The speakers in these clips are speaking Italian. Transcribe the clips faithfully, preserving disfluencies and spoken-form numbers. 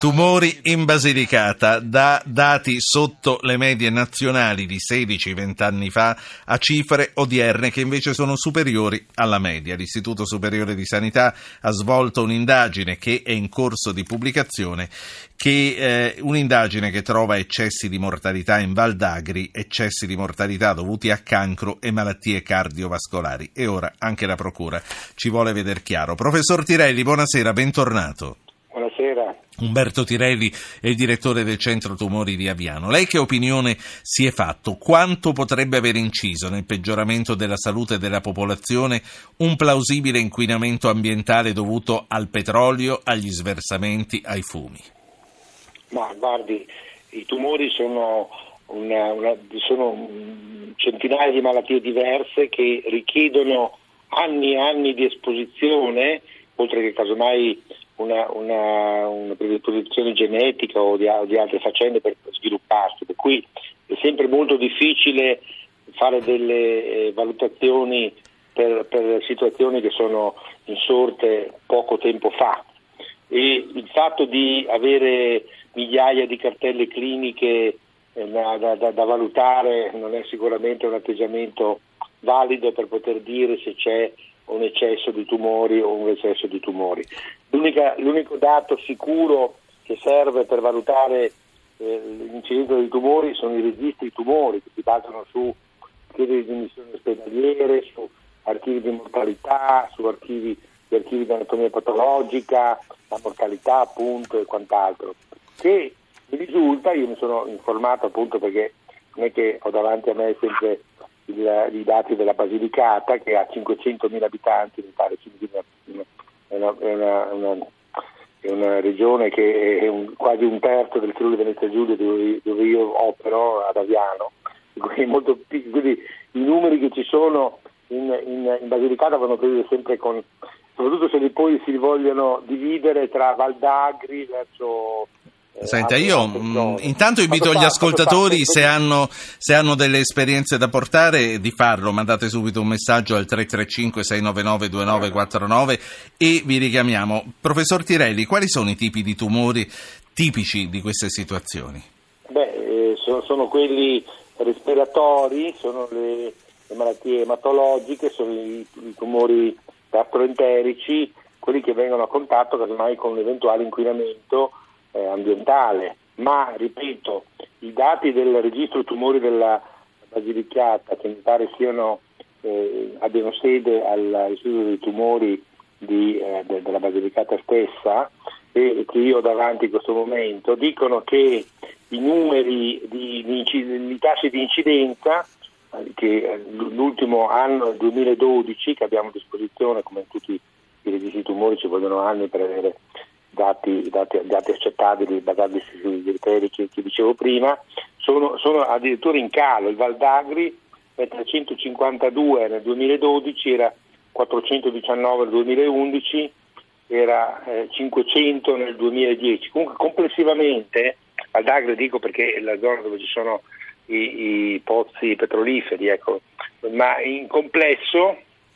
Tumori in Basilicata, da dati sotto le medie nazionali di sedici venti anni fa a cifre odierne che invece sono superiori alla media. L'Istituto Superiore di Sanità ha svolto un'indagine che è in corso di pubblicazione, che eh, un'indagine che trova eccessi di mortalità in Val d'Agri, eccessi di mortalità dovuti a cancro e malattie cardiovascolari. E ora anche la Procura ci vuole veder chiaro. Professor Tirelli, buonasera, bentornato. Buonasera. Umberto Tirelli è il direttore del Centro Tumori di Aviano. Lei che opinione si è fatto? Quanto potrebbe aver inciso nel peggioramento della salute della popolazione un plausibile inquinamento ambientale dovuto al petrolio, agli sversamenti, ai fumi? Ma guardi, i tumori sono, una, una, sono centinaia di malattie diverse che richiedono anni e anni di esposizione, oltre che casomai Una, una, una predisposizione genetica o di, o di altre faccende per svilupparsi, per cui è sempre molto difficile fare delle eh, valutazioni per, per situazioni che sono insorte poco tempo fa, e il fatto di avere migliaia di cartelle cliniche eh, da, da, da valutare non è sicuramente un atteggiamento valido per poter dire se c'è un eccesso di tumori o un eccesso di tumori. L'unica, l'unico dato sicuro che serve per valutare eh, l'incidenza dei tumori sono i registri tumori, che si basano su archivi di dimissioni ospedaliere, su archivi di mortalità, su archivi di archivi di anatomia patologica, la mortalità appunto e quant'altro. Che mi risulta, io mi sono informato appunto perché non è che ho davanti a me sempre il, i dati della Basilicata, che ha cinquecentomila abitanti, mi pare è una, è una, una, è una regione che è un, quasi un terzo del Friuli Venezia Giulia, dove, dove io opero ad Aviano, quindi, molto, quindi i numeri che ci sono in, in, in Basilicata vanno presi sempre con, soprattutto se li poi si vogliono dividere tra Val d'Agri verso... Senta, io mh, intanto invito gli ascoltatori, se hanno, se hanno delle esperienze da portare, di farlo. Mandate subito un messaggio al tre tre cinque sei nove nove due nove quattro nove e vi richiamiamo. Professor Tirelli, quali sono i tipi di tumori tipici di queste situazioni? Beh, eh, sono, sono quelli respiratori, sono le, le malattie ematologiche, sono i, i tumori gastroenterici, quelli che vengono a contatto casomai con l'eventuale inquinamento Eh, ambientale, ma ripeto, i dati del registro tumori della Basilicata, che mi pare siano eh, abbiano sede all'Istituto dei tumori di, eh, de, della Basilicata stessa, e che io ho davanti in questo momento, dicono che i numeri di, di i tassi di incidenza, eh, che eh, l'ultimo anno è il duemiladodici, che abbiamo a disposizione, come in tutti i registri tumori ci vogliono anni per avere Dati, dati, dati accettabili basati sui criteri che, che dicevo prima, sono, sono addirittura in calo. Il Val d'Agri è trecentocinquantadue nel duemiladodici, era quattrocentodiciannove nel duemilaundici, era eh, cinquecento nel duemiladieci. Comunque complessivamente, Val d'Agri dico perché è la zona dove ci sono i, i pozzi petroliferi, ecco, ma in complesso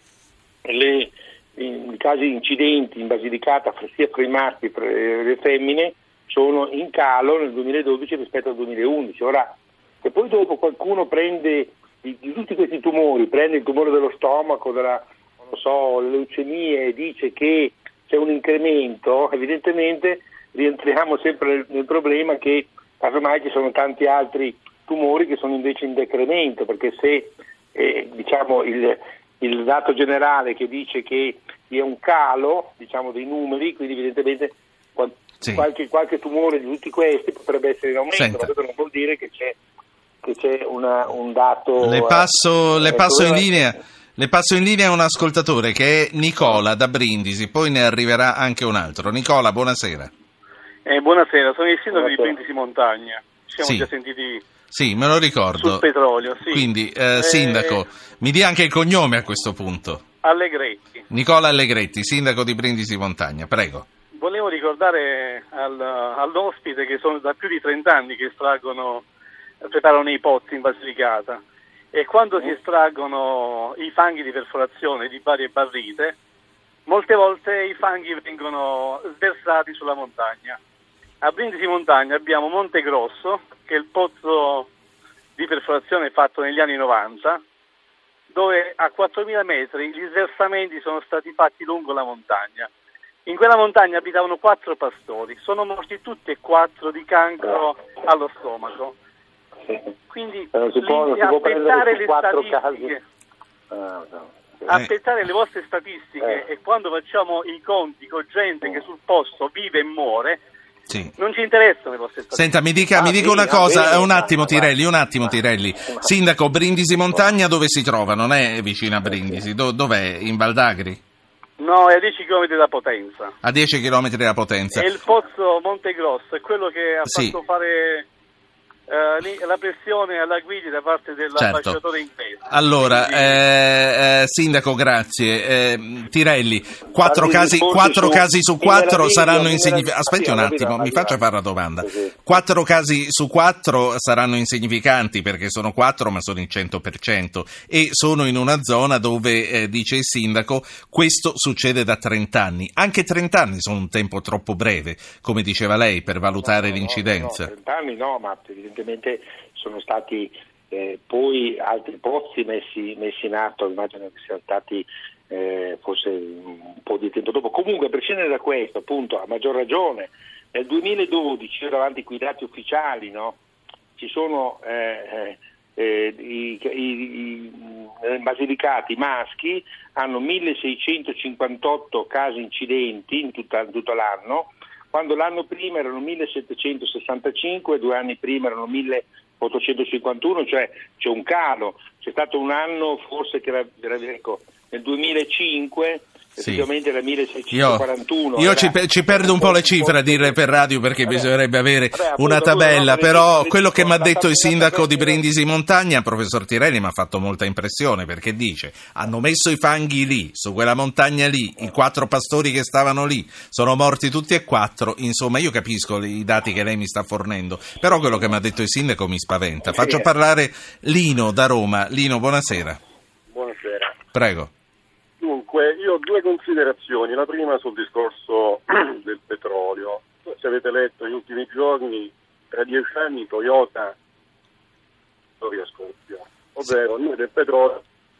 le i casi di incidenti in Basilicata sia fra i maschi che le femmine sono in calo nel duemiladodici rispetto al duemilaundici. Ora, se poi dopo qualcuno prende di, di tutti questi tumori, prende il tumore dello stomaco, della, non lo so, le leucemie, e dice che c'è un incremento, evidentemente rientriamo sempre nel, nel problema che casomai ci sono tanti altri tumori che sono invece in decremento, perché se eh, diciamo il il dato generale che dice che vi è un calo, diciamo, dei numeri, quindi evidentemente sì. qualche, qualche tumore di tutti questi potrebbe essere in aumento. Senta. Ma questo non vuol dire che c'è, che c'è una, un dato... Le passo, eh, le, passo in linea, le passo in linea un ascoltatore che è Nicola da Brindisi, poi ne arriverà anche un altro. Nicola, buonasera. Eh, buonasera, sono il sindaco di Brindisi Montagna, ci siamo sì. già sentiti... Sì, me lo ricordo. Sul petrolio, sì. Quindi, eh, sindaco, eh, mi dia anche il cognome a questo punto. Allegretti. Nicola Allegretti, sindaco di Brindisi Montagna, prego. Volevo ricordare al, all'ospite che sono da più di trenta anni che estraggono, preparano i pozzi in Basilicata, e quando si estraggono i fanghi di perforazione di varie barrite, molte volte i fanghi vengono sversati sulla montagna. a Brindisi Montagna abbiamo Monte Grosso, che è il pozzo di perforazione fatto negli anni novanta, dove a quattromila metri gli sversamenti sono stati fatti lungo la montagna. In quella montagna abitavano quattro pastori, sono morti tutti e quattro di cancro allo stomaco. Quindi non si può, non si può aspettare le statistiche, casi. Ah, no. aspettare le vostre statistiche eh. e quando facciamo i conti con gente che sul posto vive e muore, sì. non ci interessano le vostre statistiche. Senta, mi dica, ah, mi dica sì, una cosa, bene, un attimo va, Tirelli, un attimo va. Tirelli. Sindaco, Brindisi Montagna dove si trova? Non è vicino a Brindisi, Do- dov'è? In Valdagri? No, è a dieci chilometri da Potenza. A dieci chilometri da Potenza. E il pozzo Monte Grosso è quello che ha Sì. fatto fare Uh, la pressione alla guida da parte dell'ambasciatore certo. inglese. Allora, Quindi... eh, eh, Sindaco, grazie. Eh, Tirelli, quattro casi, quattro su, casi su quattro saranno media, insignificanti. Aspetti un attimo, mi faccia fare la domanda. Quattro casi su quattro saranno insignificanti perché sono quattro, ma sono il cento per cento e sono in una zona dove, eh, dice il Sindaco, questo succede da trent'anni. Anche trent'anni sono un tempo troppo breve, come diceva lei, per valutare no, no, l'incidenza. No, no, trent'anni no, ma evidentemente sono stati eh, poi altri pozzi messi, messi in atto, immagino che siano stati eh, forse un po' di tempo dopo. Comunque, a prescindere da questo, appunto, a maggior ragione, nel duemiladodici, io davanti qui i dati ufficiali, no? Ci sono eh, eh, i, i, i, i Basilicati maschi hanno milleseicentocinquantotto casi incidenti in, tutta, in tutto l'anno, quando l'anno prima erano millesettecentosessantacinque, due anni prima erano milleottocentocinquantuno, cioè c'è un calo. C'è stato un anno forse che era, era ecco, nel duemilacinque, sì. Effettivamente era milleseicentoquarantuno. Io, io era, ci, ci perdo un po' le cifre a dirle per radio perché vabbè, bisognerebbe avere vabbè, appunto, una tabella, però le, quello che mi ha detto il sindaco di Brindisi Montagna, il professor Tirelli, mi ha fatto molta impressione perché dice hanno messo i fanghi lì, su quella montagna lì, i quattro pastori che stavano lì sono morti tutti e quattro, insomma io capisco i dati che lei mi sta fornendo, però quello che mi ha detto il sindaco mi spaventa. Faccio parlare Lino da Roma. Lino, buonasera. Buonasera. Prego. Dunque, io ho due considerazioni. La prima sul discorso del petrolio. Se avete letto negli ultimi giorni, tra dieci anni Toyota storia scoppia, ovvero noi del petrolio.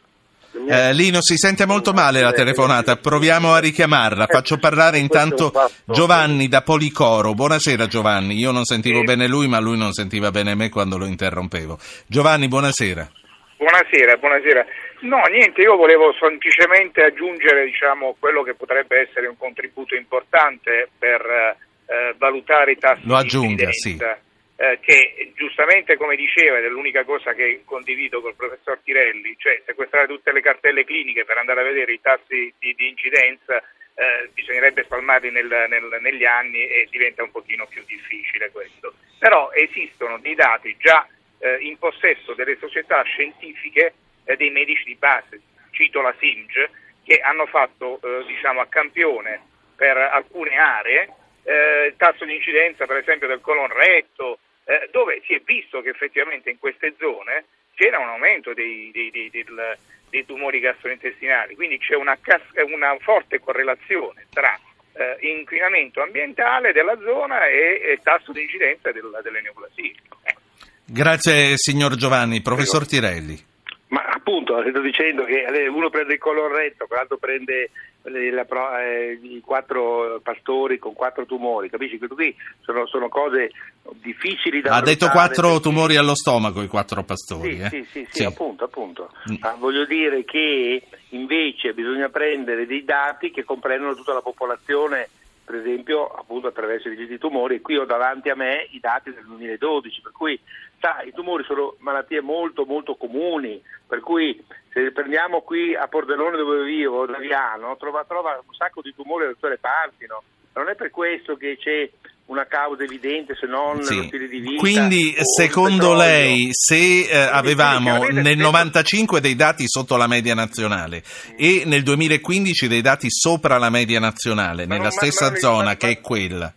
Eh, Lino, si sente molto male la telefonata, proviamo a richiamarla. Faccio parlare intanto Giovanni da Policoro. Buonasera Giovanni, io non sentivo bene lui, ma lui non sentiva bene me quando lo interrompevo. Giovanni, buonasera. Buonasera, buonasera. No, niente, io volevo semplicemente aggiungere, diciamo, quello che potrebbe essere un contributo importante per eh, valutare i tassi Lo aggiunga, di sì. eh, che giustamente, come diceva, ed è l'unica cosa che condivido col professor Tirelli, cioè sequestrare tutte le cartelle cliniche per andare a vedere i tassi di, di incidenza, eh, bisognerebbe spalmarli nel, nel, negli anni e diventa un pochino più difficile questo. Però esistono dei dati già eh, in possesso delle società scientifiche, dei medici di base, cito la S I M G, che hanno fatto eh, diciamo a campione per alcune aree eh, il tasso di incidenza per esempio del colon retto, eh, dove si è visto che effettivamente in queste zone c'era un aumento dei, dei, dei, dei, dei tumori gastrointestinali, quindi c'è una, una forte correlazione tra eh, inquinamento ambientale della zona e, e tasso di incidenza del, delle neoplasie. Eh. Grazie signor Giovanni. Professor Prego. Tirelli. Ma appunto, sto dicendo che uno prende il colon retto, quell'altro prende la, eh, i quattro pastori con quattro tumori, capisci? Questo qui sono, sono cose difficili da Ha detto quattro perché... tumori allo stomaco, i quattro pastori. Sì, eh? sì, sì, sì, sì, appunto, appunto. Mm. Ma voglio dire che invece bisogna prendere dei dati che comprendono tutta la popolazione, per esempio appunto attraverso i di tumori. Qui ho davanti a me i dati del duemiladodici, per cui sa, i tumori sono malattie molto molto comuni, per cui se prendiamo qui a Pordenone dove vivo, Daviano, trova, trova un sacco di tumori da tutte le parti, no? Non è per questo che c'è una causa evidente se non sì. lo stile di vita. Quindi secondo lei se eh, avevamo nel novantacinque dei dati sotto la media nazionale mm. e nel duemilaquindici dei dati sopra la media nazionale ma nella non, stessa ma, ma, zona ma, che ma, è quella,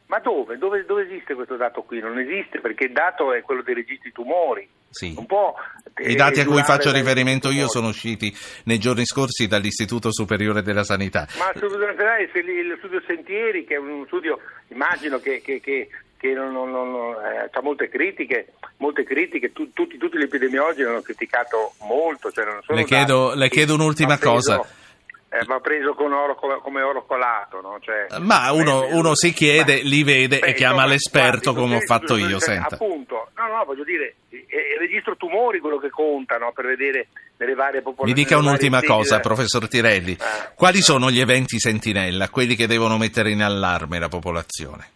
Ma dove? dove? Dove esiste questo dato qui? Non esiste, perché il dato è quello dei registri tumori. Sì. Un po' I dati a cui faccio riferimento io sono usciti nei giorni scorsi dall'Istituto Superiore della Sanità. Ma il studio Sentieri, che è un studio, immagino che, che, che, che non, non, non, eh, ha molte critiche, molte critiche, tu, tutti, tutti gli epidemiologi l'hanno criticato molto. Cioè non sono le, chiedo, le chiedo un'ultima preso, cosa. Eh, ma preso con oro, come, come oro colato, no? Cioè, ma uno, beh, uno si chiede, beh, li vede beh, e chiama insomma, l'esperto guardi, come ho fatto io. Cioè, Senta. Appunto, no, no, voglio dire, è il registro tumori quello che conta, no? Per vedere nelle varie popolazioni. Mi dica un'ultima cosa, del... professor Tirelli. Eh. Quali sono gli eventi sentinella, quelli che devono mettere in allarme la popolazione?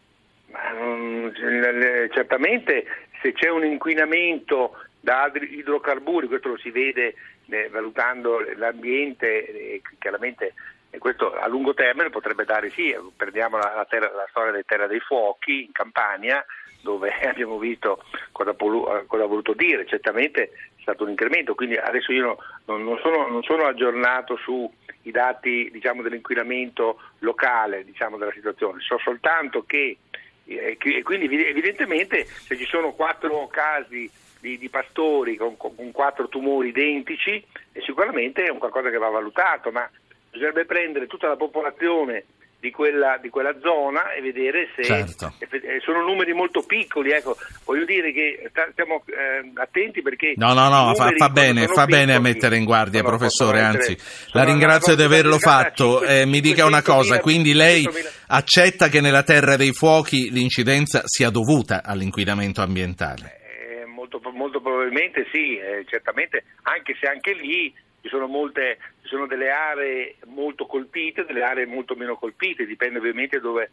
Ma, um, certamente se c'è un inquinamento da idrocarburi, questo lo si vede eh, valutando l'ambiente, eh, chiaramente eh, questo a lungo termine potrebbe dare, sì, prendiamo la, la, terra, la storia della Terra dei Fuochi in Campania, dove abbiamo visto cosa, cosa ha voluto dire, certamente è stato un incremento, quindi adesso io non, non, sono, non sono aggiornato sui dati, diciamo, dell'inquinamento locale, diciamo, della situazione, so soltanto che e quindi evidentemente se ci sono quattro casi di, di pastori con, con quattro tumori identici, è sicuramente è un qualcosa che va valutato, ma bisognerebbe prendere tutta la popolazione di quella, di quella zona e vedere se certo. eh, sono numeri molto piccoli, ecco, voglio dire che stiamo eh, attenti perché no no no fa, fa bene fa piccoli, bene a mettere in guardia, sono, professore, anzi la ringrazio di averlo fatto. Eh, mi dica una cosa, quindi lei accetta che nella Terra dei Fuochi l'incidenza sia dovuta all'inquinamento ambientale? Eh, molto, molto probabilmente sì, eh, certamente, anche se anche lì ci sono molte, ci sono delle aree molto colpite, delle aree molto meno colpite, dipende ovviamente dove,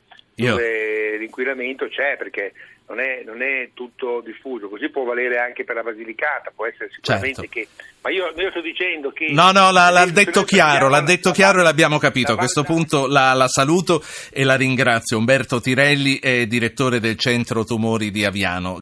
dove l'inquinamento c'è, perché non è, non è tutto diffuso, così può valere anche per la Basilicata, può essere sicuramente certo. che, ma io, io sto dicendo che... No, no, la, l'ha detto chiaro, l'ha detto chiaro e l'abbiamo capito, a questo punto la, la saluto e la ringrazio. Umberto Tirelli è direttore del Centro Tumori di Aviano.